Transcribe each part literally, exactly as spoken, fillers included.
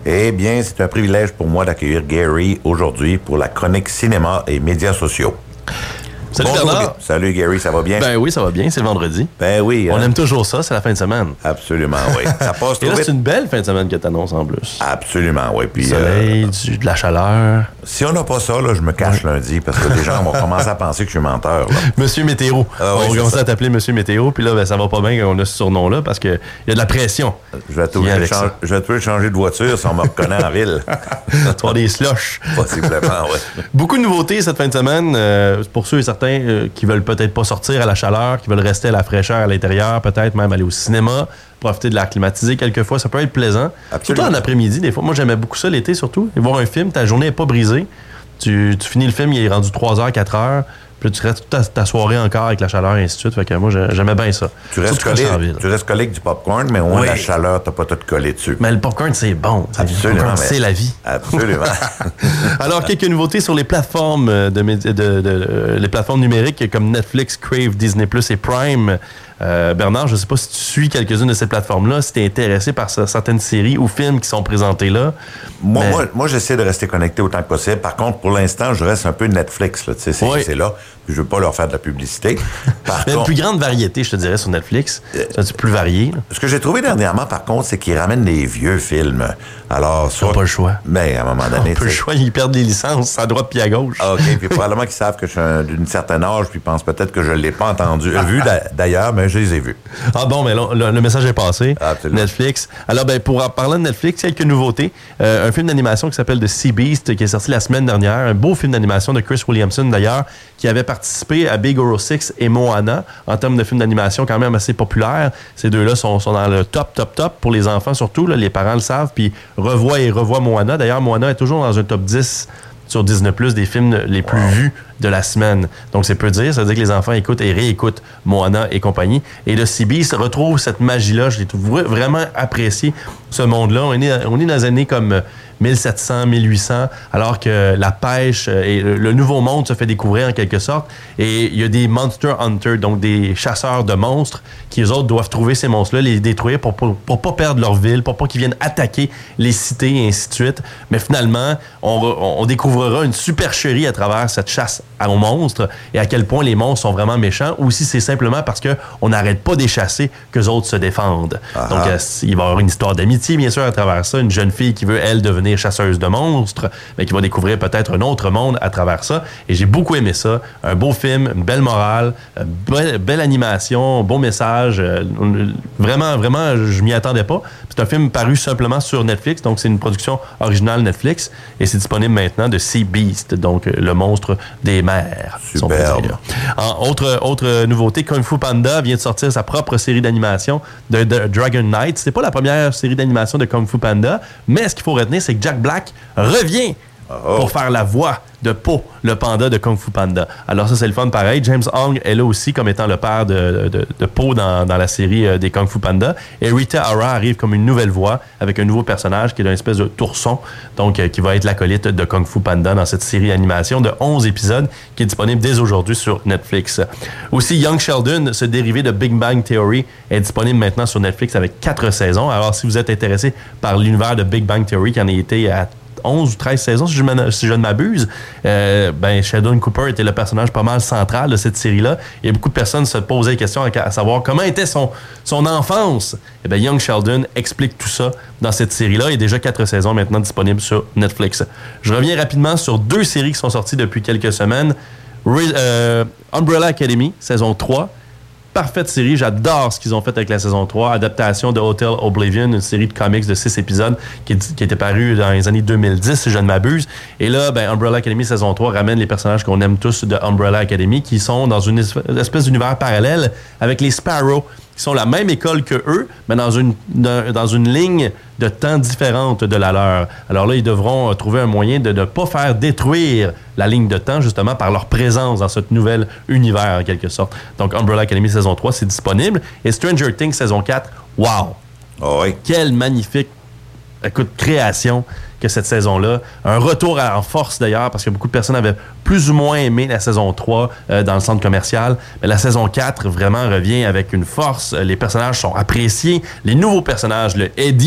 Eh bien, c'est un privilège pour moi d'accueillir Gary aujourd'hui pour la chronique cinéma et médias sociaux. Salut Bonjour, Bernard. Salut Gary, ça va bien? Ben oui, ça va bien, c'est vendredi. Ben oui. On hein? aime toujours ça, c'est la fin de semaine. Absolument, oui. Ça passe Et trop là, vite. c'est une belle fin de semaine que tu annonces en plus. Absolument, oui. Puis, Du soleil, euh, du, de la chaleur. si on n'a pas ça, là, je me cache Ouais. lundi parce que les gens vont commencer à penser que je suis menteur. Là. Monsieur Météo. Ah oui, on va c'est commencer ça. à t'appeler Monsieur Météo, puis là, ben, ça va pas bien qu'on a ce surnom-là parce qu'il y a de la pression. Je vais être Qui vient obligé de avec chan- ça. je vais être obligé de changer de voiture si on me reconnaît en ville. Tu vas avoir des slushs. Possiblement, oui. Beaucoup de nouveautés cette fin de semaine. euh, pour ceux et certains euh, qui veulent peut-être pas sortir à la chaleur, qui veulent rester à la fraîcheur à l'intérieur, peut-être même aller au cinéma, profiter de l'air climatisé quelquefois, ça peut être plaisant. Absolument. Surtout en après-midi, des fois. Moi, j'aimais beaucoup ça l'été, surtout. Et voir un film, ta journée n'est pas brisée. Tu, tu finis le film, il est rendu trois heures, quatre heures. Puis là, tu restes toute ta, ta soirée encore avec la chaleur et ainsi de suite. Fait que moi, j'ai- j'aimais bien ça. Tu restes, Surtout quand je suis en collé, ville. tu restes collé avec du popcorn, mais au moins Oui. la chaleur, t'as pas tout collé dessus. Mais le popcorn, c'est bon. t'sais. Absolument, Le popcorn, mais- c'est la vie. Absolument. Alors, quelques nouveautés sur les plateformes de, médi- de, de- de- les plateformes numériques comme Netflix, Crave, Disney Plus et Prime. Euh, Bernard, je ne sais pas si tu suis quelques-unes de ces plateformes-là, si tu es intéressé par ce- certaines séries ou films qui sont présentés là. Moi, Mais- moi, moi, j'essaie de rester connecté autant que possible. Par contre, pour l'instant, je reste un peu Netflix. Là, tu sais, c'est, Oui. c'est là. Puis je veux pas leur faire de la publicité. Par Il y a une contre, plus grande variété, je te dirais, sur Netflix. C'est un petit peu plus varié. là. ce que j'ai trouvé dernièrement, par contre, c'est qu'ils ramènent des vieux films. Alors, soit... pas le choix. Mais à un moment On donné, peut le tu sais- choix, ils perdent les licences à droite puis à gauche. Ah, OK, puis probablement qu'ils savent que je suis un- d'une certaine âge, puis ils pensent peut-être que je ne l'ai pas entendu, euh, vu d'a- d'ailleurs, mais je les ai vus. Ah bon, mais là, le, le message est passé. Absolument. Netflix. Alors, ben, pour en parler de Netflix, quelques nouveautés. Euh, un film d'animation qui s'appelle The Sea Beast, qui est sorti la semaine dernière. Un beau film d'animation de Chris Williamson, d'ailleurs, qui avait participé à Big Hero six et Moana, en termes de films d'animation quand même assez populaires. Ces deux-là sont, sont dans le top, top, top, pour les enfants surtout. Là, les parents le savent, puis revoient et revoient Moana. D'ailleurs, Moana est toujours dans un top dix sur Disney Plus, des films les plus wow. vus de la semaine. Donc, c'est peu dire. Ça veut dire que les enfants écoutent et réécoutent Moana et compagnie. Et le Sea Beast retrouve cette magie-là. Je l'ai trouvé vraiment apprécié, ce monde-là. On est, on est dans des années comme mille sept cents, mille huit cents, alors que la pêche et le nouveau monde se fait découvrir en quelque sorte. Et il y a des Monster Hunters, donc des chasseurs de monstres, qui eux autres doivent trouver ces monstres-là, les détruire pour ne pas perdre leur ville, pour pas qu'ils viennent attaquer les cités et ainsi de suite. Mais finalement, on, on découvrira une supercherie à travers cette chasse aux monstres et à quel point les monstres sont vraiment méchants, ou si c'est simplement parce qu'on n'arrête pas de les chasser qu'eux autres se défendent. Ah donc, euh, il va y avoir une histoire d'amitié, bien sûr, à travers ça. Une jeune fille qui veut, elle, devenir chasseuse de monstres, mais qui va découvrir peut-être un autre monde à travers ça. Et j'ai beaucoup aimé ça. Un beau film, une belle morale, belle, belle animation, beau message. Euh, vraiment, vraiment, je m'y attendais pas. C'est un film paru simplement sur Netflix, donc c'est une production originale Netflix, et c'est disponible maintenant de Sea Beast, donc le monstre des mers. Superbe. En autre, autre nouveauté, Kung Fu Panda vient de sortir sa propre série d'animation de, de Dragon Knight. C'est pas la première série d'animation de Kung Fu Panda, mais ce qu'il faut retenir, c'est que Jack Black revient oh. pour faire la voix de Po, le panda de Kung Fu Panda. Alors ça, c'est le fun pareil. James Hong est là aussi comme étant le père de, de, de Po dans, dans la série euh, des Kung Fu Panda. Et Rita Ora arrive comme une nouvelle voix avec un nouveau personnage qui est une espèce de tourson, donc euh, qui va être l'acolyte de Kung Fu Panda dans cette série d'animation de onze épisodes qui est disponible dès aujourd'hui sur Netflix. Aussi, Young Sheldon, ce dérivé de Big Bang Theory, est disponible maintenant sur Netflix avec quatre saisons. Alors si vous êtes intéressé par l'univers de Big Bang Theory qui en a été à onze ou treize saisons, si je, si je ne m'abuse, euh, ben Sheldon Cooper était le personnage pas mal central de cette série-là. Il y a beaucoup de personnes se posaient des questions à, à savoir comment était son, son enfance. Et bien, Young Sheldon explique tout ça dans cette série-là. Il y a déjà quatre saisons maintenant disponibles sur Netflix. Je reviens rapidement sur deux séries qui sont sorties depuis quelques semaines. Re- euh, Umbrella Academy, saison trois. Parfaite série, j'adore ce qu'ils ont fait avec la saison trois. Adaptation de Hotel Oblivion, une série de comics de six épisodes qui, qui était parue dans les années deux mille dix, si je ne m'abuse. Et là, ben, Umbrella Academy saison trois ramène les personnages qu'on aime tous de Umbrella Academy, qui sont dans une espèce d'univers parallèle avec les Sparrow, qui sont la même école que eux, mais dans une, dans une ligne de temps différente de la leur. Alors là, ils devront trouver un moyen de ne pas faire détruire la ligne de temps, justement, par leur présence dans ce nouvel univers, en quelque sorte. Donc, Umbrella Academy saison trois, c'est disponible. Et Stranger Things saison quatre, wow! Oh oui. Quelle magnifique, écoute, création que cette saison-là. Un retour en force, d'ailleurs, parce que beaucoup de personnes avaient plus ou moins aimé la saison trois euh, dans le centre commercial. Mais la saison quatre, vraiment, revient avec une force. Les personnages sont appréciés. Les nouveaux personnages, le Eddie,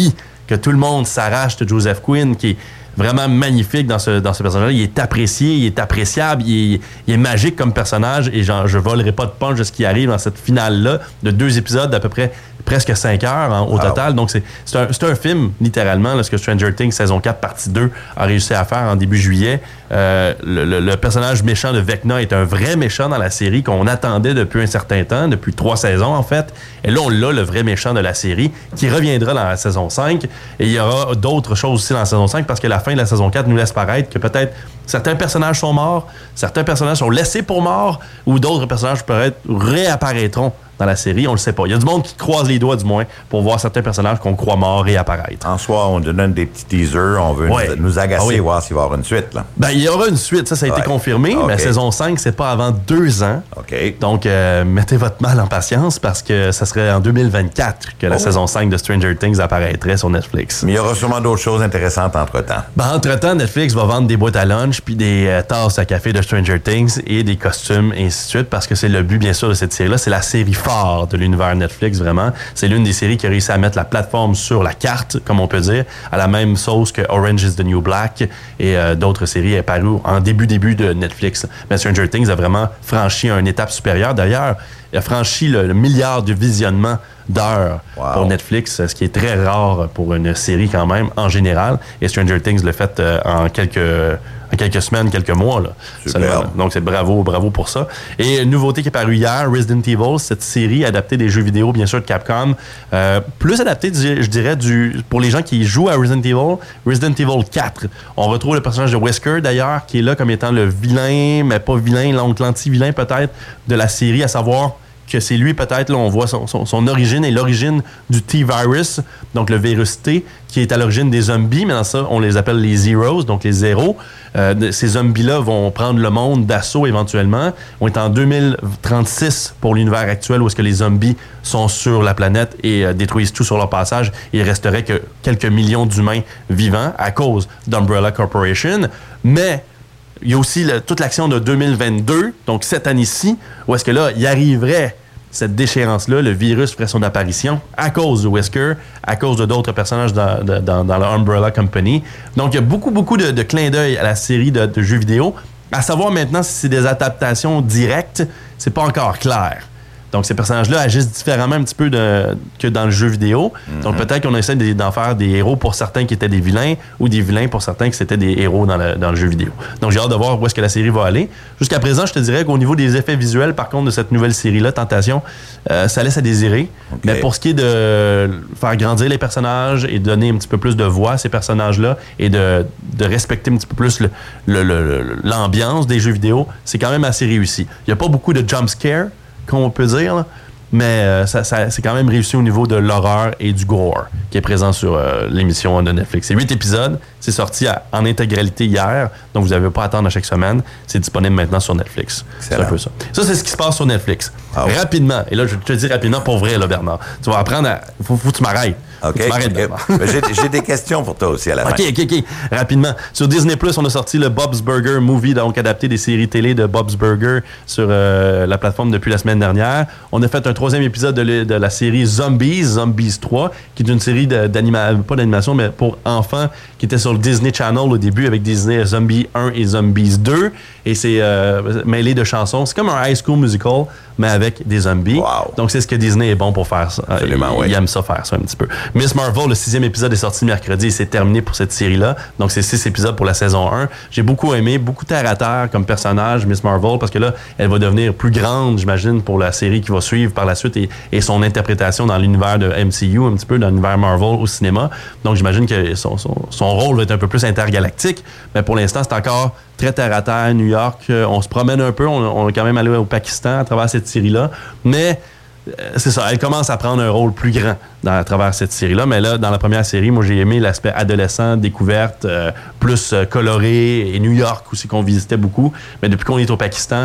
que tout le monde s'arrache de Joseph Quinn, qui est vraiment magnifique dans ce, dans ce personnage-là. Il est apprécié, il est appréciable, il est, il est magique comme personnage et genre, je volerai pas de punch de ce qui arrive dans cette finale-là de deux épisodes d'à peu près presque cinq heures hein, au wow. total. Donc, c'est, c'est, un, c'est un film, littéralement, là, ce que Stranger Things saison quatre, partie deux a réussi à faire en début juillet. Euh, le, le, le personnage méchant de Vecna est un vrai méchant dans la série qu'on attendait depuis un certain temps, depuis trois saisons en fait. Et là, on l'a, le vrai méchant de la série, qui reviendra dans la saison cinq. Et il y aura d'autres choses aussi dans la saison cinq parce que la fin de la saison quatre nous laisse paraître que peut-être certains personnages sont morts, certains personnages sont laissés pour morts ou d'autres personnages peut-être réapparaîtront dans la série, on le sait pas. Il y a du monde qui croise les doigts, du moins, pour voir certains personnages qu'on croit morts réapparaître. En soi, on donne des petits teasers, on veut ouais. nous, nous agacer, ah oui. voir s'il va y avoir une suite. Là. Ben, il y aura une suite, ça, ça a ouais. été confirmé, okay. mais la saison cinq, c'est pas avant deux ans. Okay. Donc, euh, mettez votre mal en patience parce que ça serait en deux mille vingt-quatre que la oh. saison cinq de Stranger Things apparaîtrait sur Netflix. Mais il y aura sûrement d'autres choses intéressantes entre-temps. Ben, entre-temps, Netflix va vendre des boîtes à lunch puis des euh, tasses à café de Stranger Things et des costumes, et ainsi de suite, parce que c'est le but, bien sûr, de cette série-là. C'est la série phare de l'univers Netflix, vraiment. C'est l'une des séries qui a réussi à mettre la plateforme sur la carte, comme on peut dire, à la même sauce que Orange is the New Black et euh, d'autres séries apparues en début-début de Netflix. Mais Stranger Things a vraiment franchi une étape supérieure. D'ailleurs, il a franchi le, le milliard de visionnements d'heures wow. pour Netflix, ce qui est très rare pour une série quand même, en général. Et Stranger Things l'a fait euh, en quelques... en quelques semaines, quelques mois. Là. Super. Donc, c'est bravo, bravo pour ça. Et une nouveauté qui est parue hier, Resident Evil, cette série adaptée des jeux vidéo, bien sûr, de Capcom. Euh, plus adaptée, je dirais, du, pour les gens qui jouent à Resident Evil, Resident Evil quatre. On retrouve le personnage de Wesker, d'ailleurs, qui est là comme étant le vilain, mais pas vilain, l'oncle anti-vilain, peut-être, de la série, à savoir que c'est lui, peut-être, là, on voit son, son, son origine et l'origine du T-Virus, donc le virus T, qui est à l'origine des zombies, mais dans ça, on les appelle les Zeros, donc les zéros. Euh, ces zombies-là vont prendre le monde d'assaut éventuellement. On est en deux mille trente-six pour l'univers actuel où est-ce que les zombies sont sur la planète et euh, détruisent tout sur leur passage. Il resterait que quelques millions d'humains vivants à cause d'Umbrella Corporation. Mais il y a aussi le, toute l'action de deux mille vingt-deux, donc cette année-ci, où est-ce que là, il arriverait cette déchéance-là, le virus ferait son apparition à cause de Wesker, à cause de d'autres personnages dans, dans, dans la Umbrella Company. Donc, il y a beaucoup, beaucoup de, de clins d'œil à la série de, de jeux vidéo. À savoir maintenant si c'est des adaptations directes, c'est pas encore clair. Donc, ces personnages-là agissent différemment un petit peu de, que dans le jeu vidéo. Mm-hmm. Donc, peut-être qu'on essaie d'en faire des héros pour certains qui étaient des vilains ou des vilains pour certains qui c'était des héros dans le, dans le jeu vidéo. Donc, j'ai hâte de voir où est-ce que la série va aller. Jusqu'à présent, je te dirais qu'au niveau des effets visuels, par contre, de cette nouvelle série-là, Tentation, euh, ça laisse à désirer. Okay. Mais pour ce qui est de faire grandir les personnages et donner un petit peu plus de voix à ces personnages-là et de, de respecter un petit peu plus le, le, le, l'ambiance des jeux vidéo, c'est quand même assez réussi. Il n'y a pas beaucoup de jump scare, qu'on peut dire, là. Mais euh, ça, ça, c'est quand même réussi au niveau de l'horreur et du gore qui est présent sur euh, l'émission de Netflix. C'est huit épisodes, c'est sorti à, en intégralité hier, donc vous n'avez pas à attendre à chaque semaine. C'est disponible maintenant sur Netflix. Excellent. C'est un peu ça. Ça, c'est ce qui se passe sur Netflix. Ah oui. Rapidement, et là, je te dis rapidement pour vrai, là, Bernard. Tu vas apprendre à... Faut, faut que tu m'arrêtes. OK. okay. j'ai, j'ai des questions pour toi aussi à la fin. OK, OK, OK. Rapidement. Sur Disney plus, on a sorti le Bob's Burger Movie, donc adapté des séries télé de Bob's Burger sur euh, la plateforme depuis la semaine dernière. On a fait un troisième épisode de, le, de la série Zombies, Zombies trois, qui est une série d'animation, pas d'animation, mais pour enfants, qui était sur le Disney Channel au début avec Disney Zombie un et Zombies deux. Et c'est euh, mêlé de chansons. C'est comme un High School Musical, mais avec des zombies. Wow. Donc, c'est ce que Disney est bon pour faire. Ça. Absolument, il, oui. il aime ça faire ça un petit peu. Miss Marvel, le sixième épisode est sorti mercredi et c'est terminé pour cette série-là. Donc, c'est six épisodes pour la saison un. J'ai beaucoup aimé, beaucoup terre à terre comme personnage, Miss Marvel, parce que là, elle va devenir plus grande, j'imagine, pour la série qui va suivre par la suite et, et son interprétation dans l'univers de M C U, un petit peu dans l'univers Marvel au cinéma. Donc, j'imagine que son, son, son rôle va être un peu plus intergalactique. Mais pour l'instant, c'est encore très terre à terre, New York. On se promène un peu. On, on est quand même allé au Pakistan à travers cette série-là. Mais euh, c'est ça, elle commence à prendre un rôle plus grand dans, à travers cette série-là. Mais là, dans la première série, moi, j'ai aimé l'aspect adolescent, découverte, euh, plus euh, coloré, et New York aussi qu'on visitait beaucoup. Mais depuis qu'on est au Pakistan,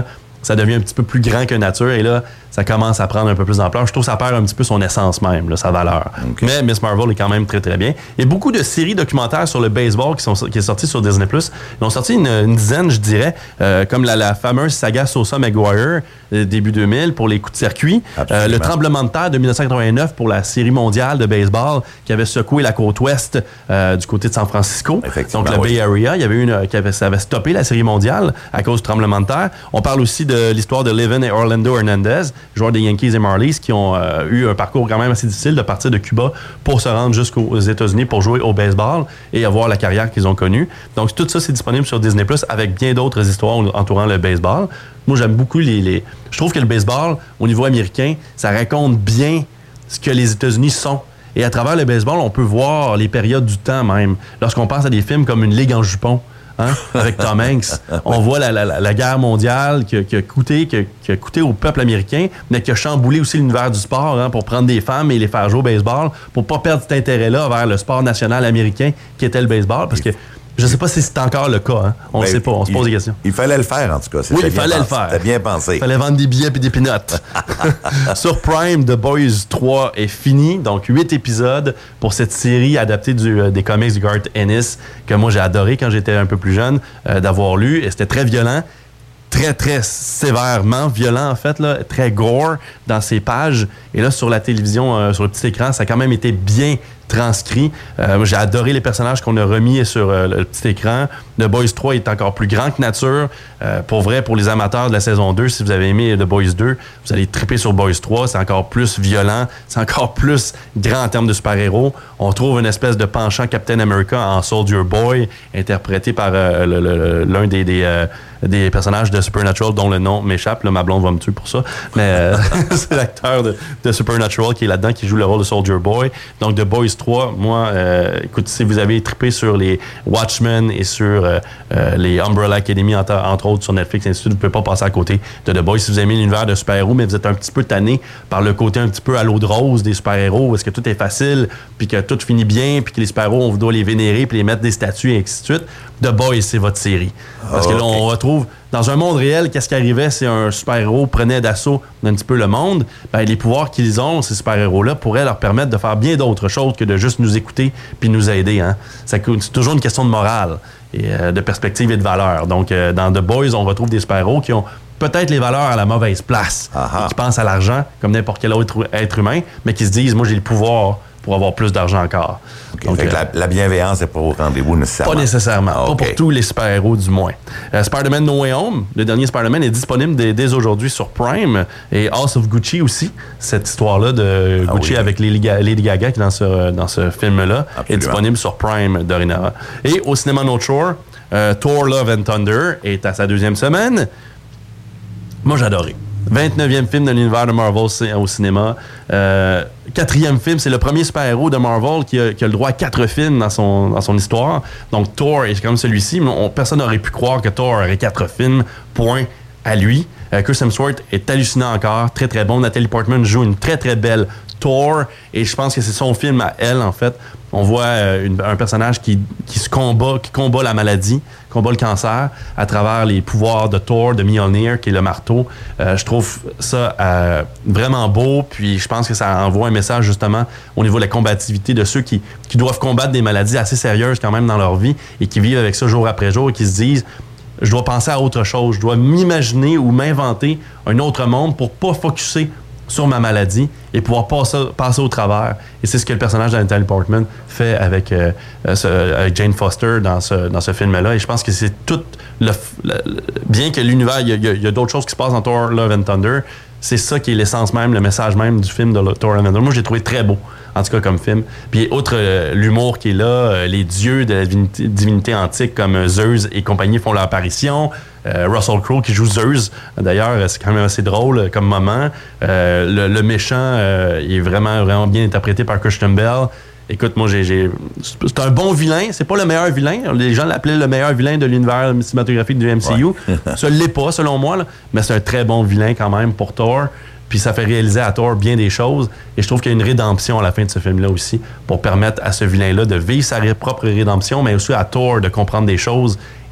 ça devient un petit peu plus grand que nature. Et là, ça commence à prendre un peu plus d'ampleur. Je trouve que ça perd un petit peu son essence même, là, sa valeur. Okay. Mais Miss Marvel est quand même très, très bien. Et beaucoup de séries documentaires sur le baseball qui sont qui est sorties sur Disney plus. Ils ont sorti une, une dizaine, je dirais, euh, comme la, la fameuse saga Sosa Maguire, euh, début deux mille, pour les coups de circuit. Euh, le tremblement de terre de dix-neuf cent quatre-vingt-neuf pour la série mondiale de baseball qui avait secoué la côte ouest euh, du côté de San Francisco. Donc, le oui. Bay Area, il y avait une qui avait, ça avait stoppé la série mondiale à cause du tremblement de terre. On parle aussi de l'histoire de Levin et Orlando Hernandez, joueurs des Yankees et Marlies, qui ont euh, eu un parcours quand même assez difficile de partir de Cuba pour se rendre jusqu'aux États-Unis pour jouer au baseball et avoir la carrière qu'ils ont connue. Donc, tout ça, c'est disponible sur Disney plus, avec bien d'autres histoires entourant le baseball. Moi, j'aime beaucoup les, les... Je trouve que le baseball, au niveau américain, ça raconte bien ce que les États-Unis sont. Et à travers le baseball, on peut voir les périodes du temps même. Lorsqu'on pense à des films comme Une Ligue en jupon, hein, avec Tom Hanks, on voit la, la, la guerre mondiale qui a, qui, a coûté, qui, a, qui a coûté au peuple américain, mais qui a chamboulé aussi l'univers du sport, hein, pour prendre des femmes et les faire jouer au baseball, pour pas perdre cet intérêt-là vers le sport national américain qui était le baseball. Parce que je sais pas si c'est encore le cas. Hein. On ne sait pas. On se pose il, des questions. Il fallait le faire, en tout cas. Oui, il fallait pensé. le faire. C'était bien pensé. Il fallait vendre des billets et des pinottes. Sur Prime, The Boys trois est fini. Donc, huit épisodes pour cette série adaptée du, euh, des comics de Garth Ennis, que moi, j'ai adoré quand j'étais un peu plus jeune, euh, d'avoir lu. Et c'était très violent. Très, très sévèrement violent, en fait, là, très gore dans ses pages. Et là, sur la télévision, euh, sur le petit écran, ça a quand même été bien transcrit. Euh, j'ai adoré les personnages qu'on a remis sur euh, le petit écran. The Boys trois est encore plus grand que nature. Euh, pour vrai, pour les amateurs de la saison deux, si vous avez aimé The Boys deux, vous allez triper sur Boys trois. C'est encore plus violent. C'est encore plus grand en termes de super-héros. On trouve une espèce de penchant Captain America en Soldier Boy, interprété par euh, le, le, l'un des, des, euh, des personnages de Supernatural, dont le nom m'échappe. Là, ma blonde va me tuer pour ça. Mais euh, c'est l'acteur de, de Supernatural qui est là-dedans, qui joue le rôle de Soldier Boy. Donc, The Boys trois, moi, euh, écoute, si vous avez trippé sur les Watchmen et sur euh, euh, les Umbrella Academy, entre, entre autres, sur Netflix, et ainsi de suite, vous ne pouvez pas passer à côté de The Boys. Si vous aimez l'univers de super-héros, mais vous êtes un petit peu tanné par le côté un petit peu à l'eau de rose des super-héros, où est-ce que tout est facile, puis que tout finit bien, puis que les super-héros, on doit les vénérer, puis les mettre des statues, et ainsi de suite, The Boys, c'est votre série. Parce oh, que là, okay. on retrouve... Dans un monde réel, qu'est-ce qui arrivait si un super-héros prenait d'assaut un petit peu le monde? Ben, les pouvoirs qu'ils ont, ces super-héros-là, pourraient leur permettre de faire bien d'autres choses que de juste nous écouter puis nous aider. Hein? C'est toujours une question de morale, et euh, de perspective et de valeur. Donc, euh, dans The Boys, on retrouve des super-héros qui ont peut-être les valeurs à la mauvaise place, et qui pensent à l'argent comme n'importe quel autre être humain, mais qui se disent, moi, j'ai le pouvoir pour avoir plus d'argent encore. Okay. Donc, fait euh, que la, la bienveillance n'est pas au rendez-vous nécessairement. Pas nécessairement. Ah, okay. Pas pour tous les super-héros, du moins. Euh, Spider-Man No Way Home, le dernier Spider-Man, est disponible dès, dès aujourd'hui sur Prime. Et House of Gucci aussi, cette histoire-là de ah, Gucci oui. avec Lady Gaga, Lady Gaga qui est dans ce, dans ce film-là, Absolument. Est disponible sur Prime dorénavant. Et au cinéma North Shore, euh, Thor Love and Thunder est à sa deuxième semaine. Moi, j'ai adoré. vingt-neuvième film de l'univers de Marvel au cinéma. Euh, quatrième film, c'est le premier super-héros de Marvel qui a, qui a le droit à quatre films dans son, dans son histoire. Donc Thor est comme celui-ci, mais on, personne n'aurait pu croire que Thor aurait quatre films, point à lui. Euh, Chris Hemsworth est hallucinant encore, très très bon. Natalie Portman joue une très très belle Thor, et je pense que c'est son film à elle, en fait. On voit euh, une, un personnage qui, qui se combat, qui combat la maladie, combat le cancer à travers les pouvoirs de Thor, de Mjolnir, qui est le marteau. Euh, je trouve ça euh, vraiment beau, puis je pense que ça envoie un message justement au niveau de la combativité de ceux qui, qui doivent combattre des maladies assez sérieuses quand même dans leur vie et qui vivent avec ça jour après jour et qui se disent « Je dois penser à autre chose, je dois m'imaginer ou m'inventer un autre monde pour pas focusser sur ma maladie et pouvoir passer, passer au travers. » Et c'est ce que le personnage de Natalie Portman fait avec, euh, ce, avec Jane Foster dans ce, dans ce film-là. Et je pense que c'est tout le... le bien que l'univers, il y a, y a d'autres choses qui se passent dans Thor Love and Thunder, c'est ça qui est l'essence même, le message même du film de Thor Love and Thunder. Moi, j'ai trouvé très beau, en tout cas comme film. Puis outre euh, l'humour qui est là, euh, les dieux de la divinité, divinité antique comme Zeus et compagnie font leur apparition. Euh, Russell Crowe qui joue Zeus, d'ailleurs, c'est quand même assez drôle comme moment. Euh, le, le méchant euh, il est vraiment, vraiment bien interprété par Christian Bale. Écoute, moi, j'ai, j'ai... c'est un bon vilain. C'est pas le meilleur vilain. Les gens l'appelaient le meilleur vilain de l'univers cinématographique du M C U. Ouais. Ça l'est pas, selon moi, là. Mais c'est un très bon vilain quand même pour Thor. Puis ça fait réaliser à Thor bien des choses. Et je trouve qu'il y a une rédemption à la fin de ce film-là aussi pour permettre à ce vilain-là de vivre sa propre rédemption, mais aussi à Thor de comprendre des choses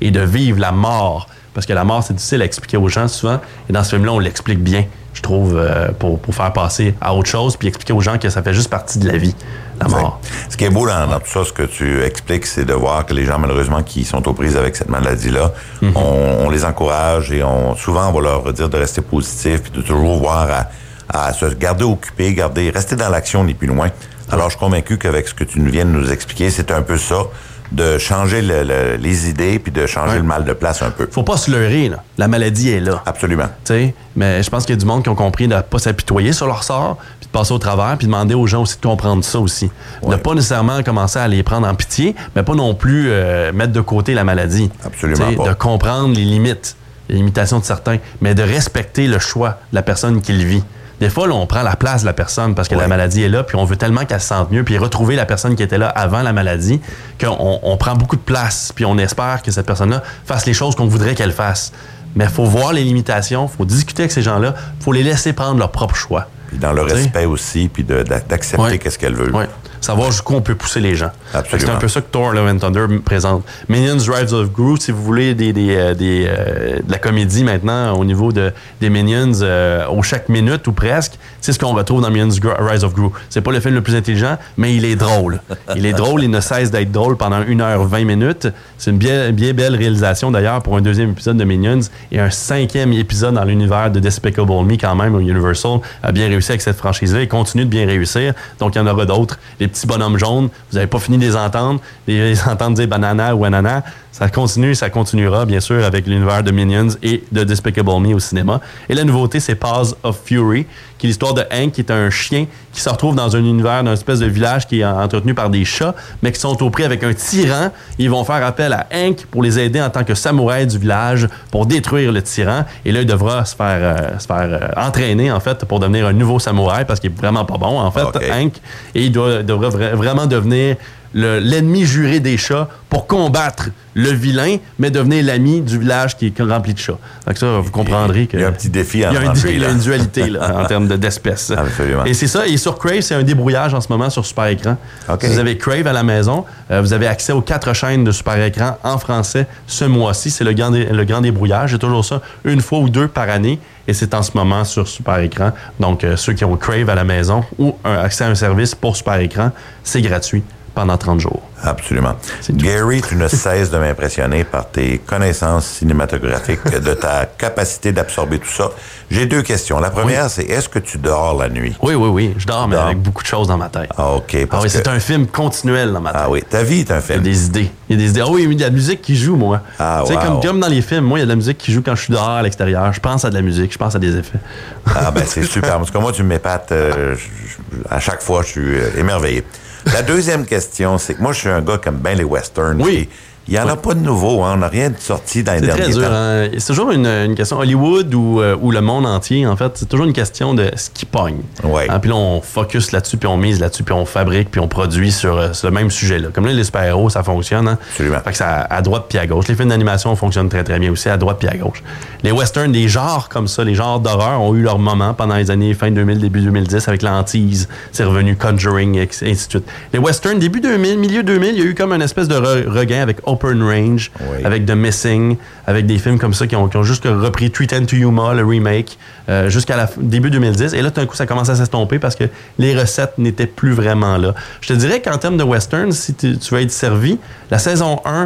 et de vivre la mort. Parce que la mort, c'est difficile à expliquer aux gens souvent. Et dans ce film-là, on l'explique bien, je trouve, euh, pour, pour faire passer à autre chose, puis expliquer aux gens que ça fait juste partie de la vie, la mort. Ce qui est beau dans, dans tout ça, ce que tu expliques, c'est de voir que les gens, malheureusement, qui sont aux prises avec cette maladie-là, mm-hmm. on, on les encourage et on souvent, on va leur dire de rester positif puis de toujours voir à, à se garder occupé, garder, rester dans l'action ni plus loin. Alors, je suis convaincu qu'avec ce que tu viens de nous expliquer, c'est un peu ça, de changer le, le, les idées puis de changer ouais. le mal de place un peu. Faut pas se leurrer, là. La maladie est là. Absolument. Tu sais, mais je pense qu'il y a du monde qui ont compris de ne pas s'apitoyer sur leur sort puis de passer au travers puis demander aux gens aussi de comprendre ça aussi. Ouais. De pas nécessairement commencer à les prendre en pitié, mais pas non plus euh, mettre de côté la maladie. Absolument t'sais, pas. De comprendre les limites, les limitations de certains, mais de respecter le choix de la personne qui le vit. Des fois, là, on prend la place de la personne parce que ouais. la maladie est là, puis on veut tellement qu'elle se sente mieux, puis retrouver la personne qui était là avant la maladie, qu'on on prend beaucoup de place, puis on espère que cette personne-là fasse les choses qu'on voudrait qu'elle fasse. Mais il faut voir les limitations, il faut discuter avec ces gens-là, il faut les laisser prendre leur propre choix. Puis dans le T'sais? respect aussi, puis de, d'accepter ouais. qu'est-ce qu'elle veut. Ouais. Savoir jusqu'où on peut pousser les gens. Absolument. C'est un peu ça que Thor Love and Thunder présente. Minions Rise of Gru, si vous voulez des, des, euh, des, euh, de la comédie maintenant au niveau de, des Minions euh, au chaque minute ou presque, c'est ce qu'on retrouve dans Minions Rise of Gru. C'est pas le film le plus intelligent, mais il est drôle. Il est drôle, il ne cesse d'être drôle pendant une heure vingt minutes. C'est une bien, bien belle réalisation d'ailleurs pour un deuxième épisode de Minions et un cinquième épisode dans l'univers de Despicable Me quand même, où Universal a bien réussi avec cette franchise-là et continue de bien réussir. Donc il y en aura d'autres. Les petits bonhommes jaunes, vous n'avez pas fini de les entendre, de les entendre dire banana ou anana. Ça continue, ça continuera, bien sûr, avec l'univers de Minions et de Despicable Me au cinéma. Et la nouveauté, c'est Paws of Fury, qui est l'histoire de Hank, qui est un chien qui se retrouve dans un univers d'un espèce de village qui est entretenu par des chats, mais qui sont au prix avec un tyran. Ils vont faire appel à Hank pour les aider en tant que samouraï du village pour détruire le tyran. Et là, il devra se faire, euh, se faire euh, entraîner, en fait, pour devenir un nouveau samouraï, parce qu'il est vraiment pas bon, en fait, okay. Hank. Et il doit, devra vra- vraiment devenir Le, l'ennemi juré des chats pour combattre le vilain, mais devenir l'ami du village qui est rempli de chats. Donc ça, vous comprendrez que... Il y a un petit défi à Il y a, un, il y a une dualité là, en termes de, d'espèces. Absolument. Et c'est ça. Et sur Crave, c'est un débrouillage en ce moment sur Super Écran. Okay. Si vous avez Crave à la maison, euh, vous avez accès aux quatre chaînes de Super Écran en français ce mois-ci. C'est le grand, dé, le grand débrouillage. J'ai toujours ça une fois ou deux par année. Et c'est en ce moment sur Super Écran. Donc, euh, ceux qui ont Crave à la maison ou un accès à un service pour Super Écran, c'est gratuit pendant trente jours. Absolument. Gary, tu ne cesses de m'impressionner par tes connaissances cinématographiques, de ta capacité d'absorber tout ça. J'ai deux questions. La première, oui. c'est est-ce que tu dors la nuit? Oui, oui, oui. Je dors, mais dors. Avec beaucoup de choses dans ma tête. Ah, OK. Ah oui, que... c'est un film continuel dans ma tête. Ah oui, ta vie est un film. Il y a des idées. Il y a des idées. Ah oui, il y a de la musique qui joue, moi. Ah, tu sais, wow. comme, comme dans les films, moi, il y a de la musique qui joue quand je suis dehors à l'extérieur. Je pense à de la musique, je pense à des effets. Ah, ben c'est super. Parce que moi, tu m'épates. Euh, je, je, à chaque fois, je suis euh, émerveillé. La deuxième question, c'est que moi, je suis un gars comme bien les westerns. Oui. Il n'y en a oui. pas de nouveau, hein? On n'a rien de sorti dans les c'est derniers très dur, temps. Hein? C'est toujours une, une question. Hollywood ou, euh, ou le monde entier, en fait, c'est toujours une question de ce qui pogne. Ouais. Hein? Puis là, on focus là-dessus, puis on mise là-dessus, puis on fabrique, puis on produit sur, euh, sur le même sujet-là. Comme là, les super-héros, ça fonctionne. Hein? Absolument. Fait que ça à droite puis à gauche. Les films d'animation fonctionnent très, très bien aussi, à droite puis à gauche. Les westerns, des genres comme ça, les genres d'horreur ont eu leur moment pendant les années fin deux mille, début deux mille dix avec l'Hantise. C'est revenu Conjuring, et ainsi de suite. Les westerns, début deux mille, milieu deux mille, il y a eu comme une espèce de re- regain avec Open Range. Oui. Avec The Missing, avec des films comme ça qui ont, qui ont juste repris Treat and to Yuma, le remake, euh, jusqu'à la début deux mille dix. Et là, tout d'un coup, ça commence à s'estomper parce que les recettes n'étaient plus vraiment là. Je te dirais qu'en termes de western, si tu, tu veux être servi, la saison un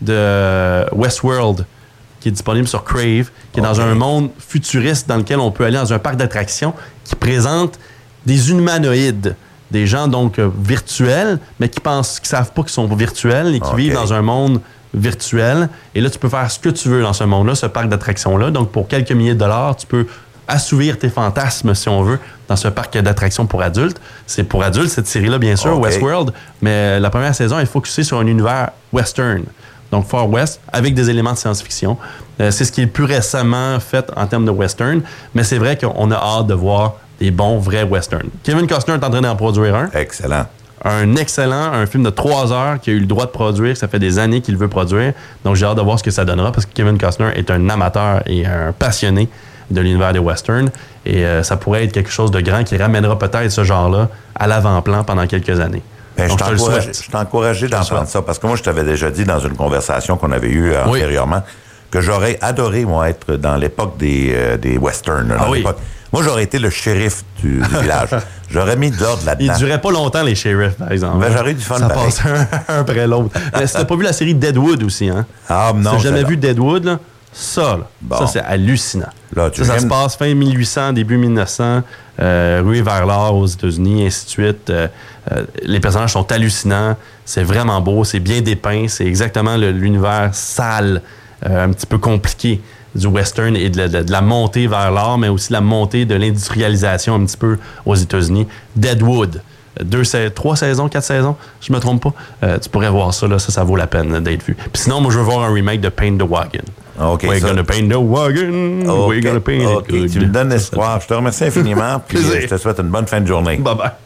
de Westworld, qui est disponible sur Crave, qui est okay. dans un monde futuriste dans lequel on peut aller dans un parc d'attractions qui présente des humanoïdes. Des gens donc euh, virtuels, mais qui pensent, qui savent pas qu'ils sont virtuels et qui okay. vivent dans un monde virtuel. Et là, tu peux faire ce que tu veux dans ce monde-là, ce parc d'attractions-là. Donc, pour quelques milliers de dollars, tu peux assouvir tes fantasmes, si on veut, dans ce parc d'attractions pour adultes. C'est pour adultes, cette série-là, bien sûr, okay. Westworld. Mais la première saison est focusée sur un univers western. Donc, Far West, avec des éléments de science-fiction. Euh, c'est ce qui est le plus récemment fait en termes de western. Mais c'est vrai qu'on a hâte de voir des bons, vrais westerns. Kevin Costner est en train d'en produire un. Excellent. Un excellent, un film de trois heures qu'il a eu le droit de produire. Ça fait des années qu'il veut produire. Donc, j'ai hâte de voir ce que ça donnera parce que Kevin Costner est un amateur et un passionné de l'univers des westerns. Et euh, ça pourrait être quelque chose de grand qui ramènera peut-être ce genre-là à l'avant-plan pendant quelques années. Ben, Donc, je je te le t'encourage- souhaite. je t'ai encouragé d'entendre ça parce que moi, je t'avais déjà dit dans une conversation qu'on avait eue euh, Oui. antérieurement que j'aurais adoré, moi, être dans l'époque des, euh, des westerns. là, Ah dans oui. l'époque. Moi, j'aurais été le shérif du, du village. J'aurais mis de l'ordre Ils là-dedans. duraient pas longtemps, les shérifs, par exemple. Ben, j'aurais eu du fun Ça pareil. passe un, un après l'autre. Mais si t'as pas vu la série Deadwood aussi, hein? Ah, non. Si t'as jamais c'est- vu Deadwood, là, ça, là, Bon. ça, c'est hallucinant. Là, tu ça, ça viens se de- passe fin mille huit cents, début mille neuf cents, euh, ruée vers l'or aux États-Unis, ainsi de suite. Euh, euh, les personnages sont hallucinants. C'est vraiment beau, c'est bien dépeint. C'est exactement le- l'univers sale, euh, un petit peu compliqué du western et de la, de la montée vers l'or, mais aussi la montée de l'industrialisation un petit peu aux États-Unis. Deadwood. Deux, sa- trois saisons, quatre saisons, je me trompe pas. Euh, tu pourrais voir ça, là, ça, ça vaut la peine d'être vu. Puis sinon, moi, je veux voir un remake de Paint the Wagon. OK, We're ça- gonna paint the wagon. OK, We're gonna paint OK, it good. tu me donnes espoir. Je te remercie infiniment. Puis Plaisir. euh, je te souhaite une bonne fin de journée. Bye bye.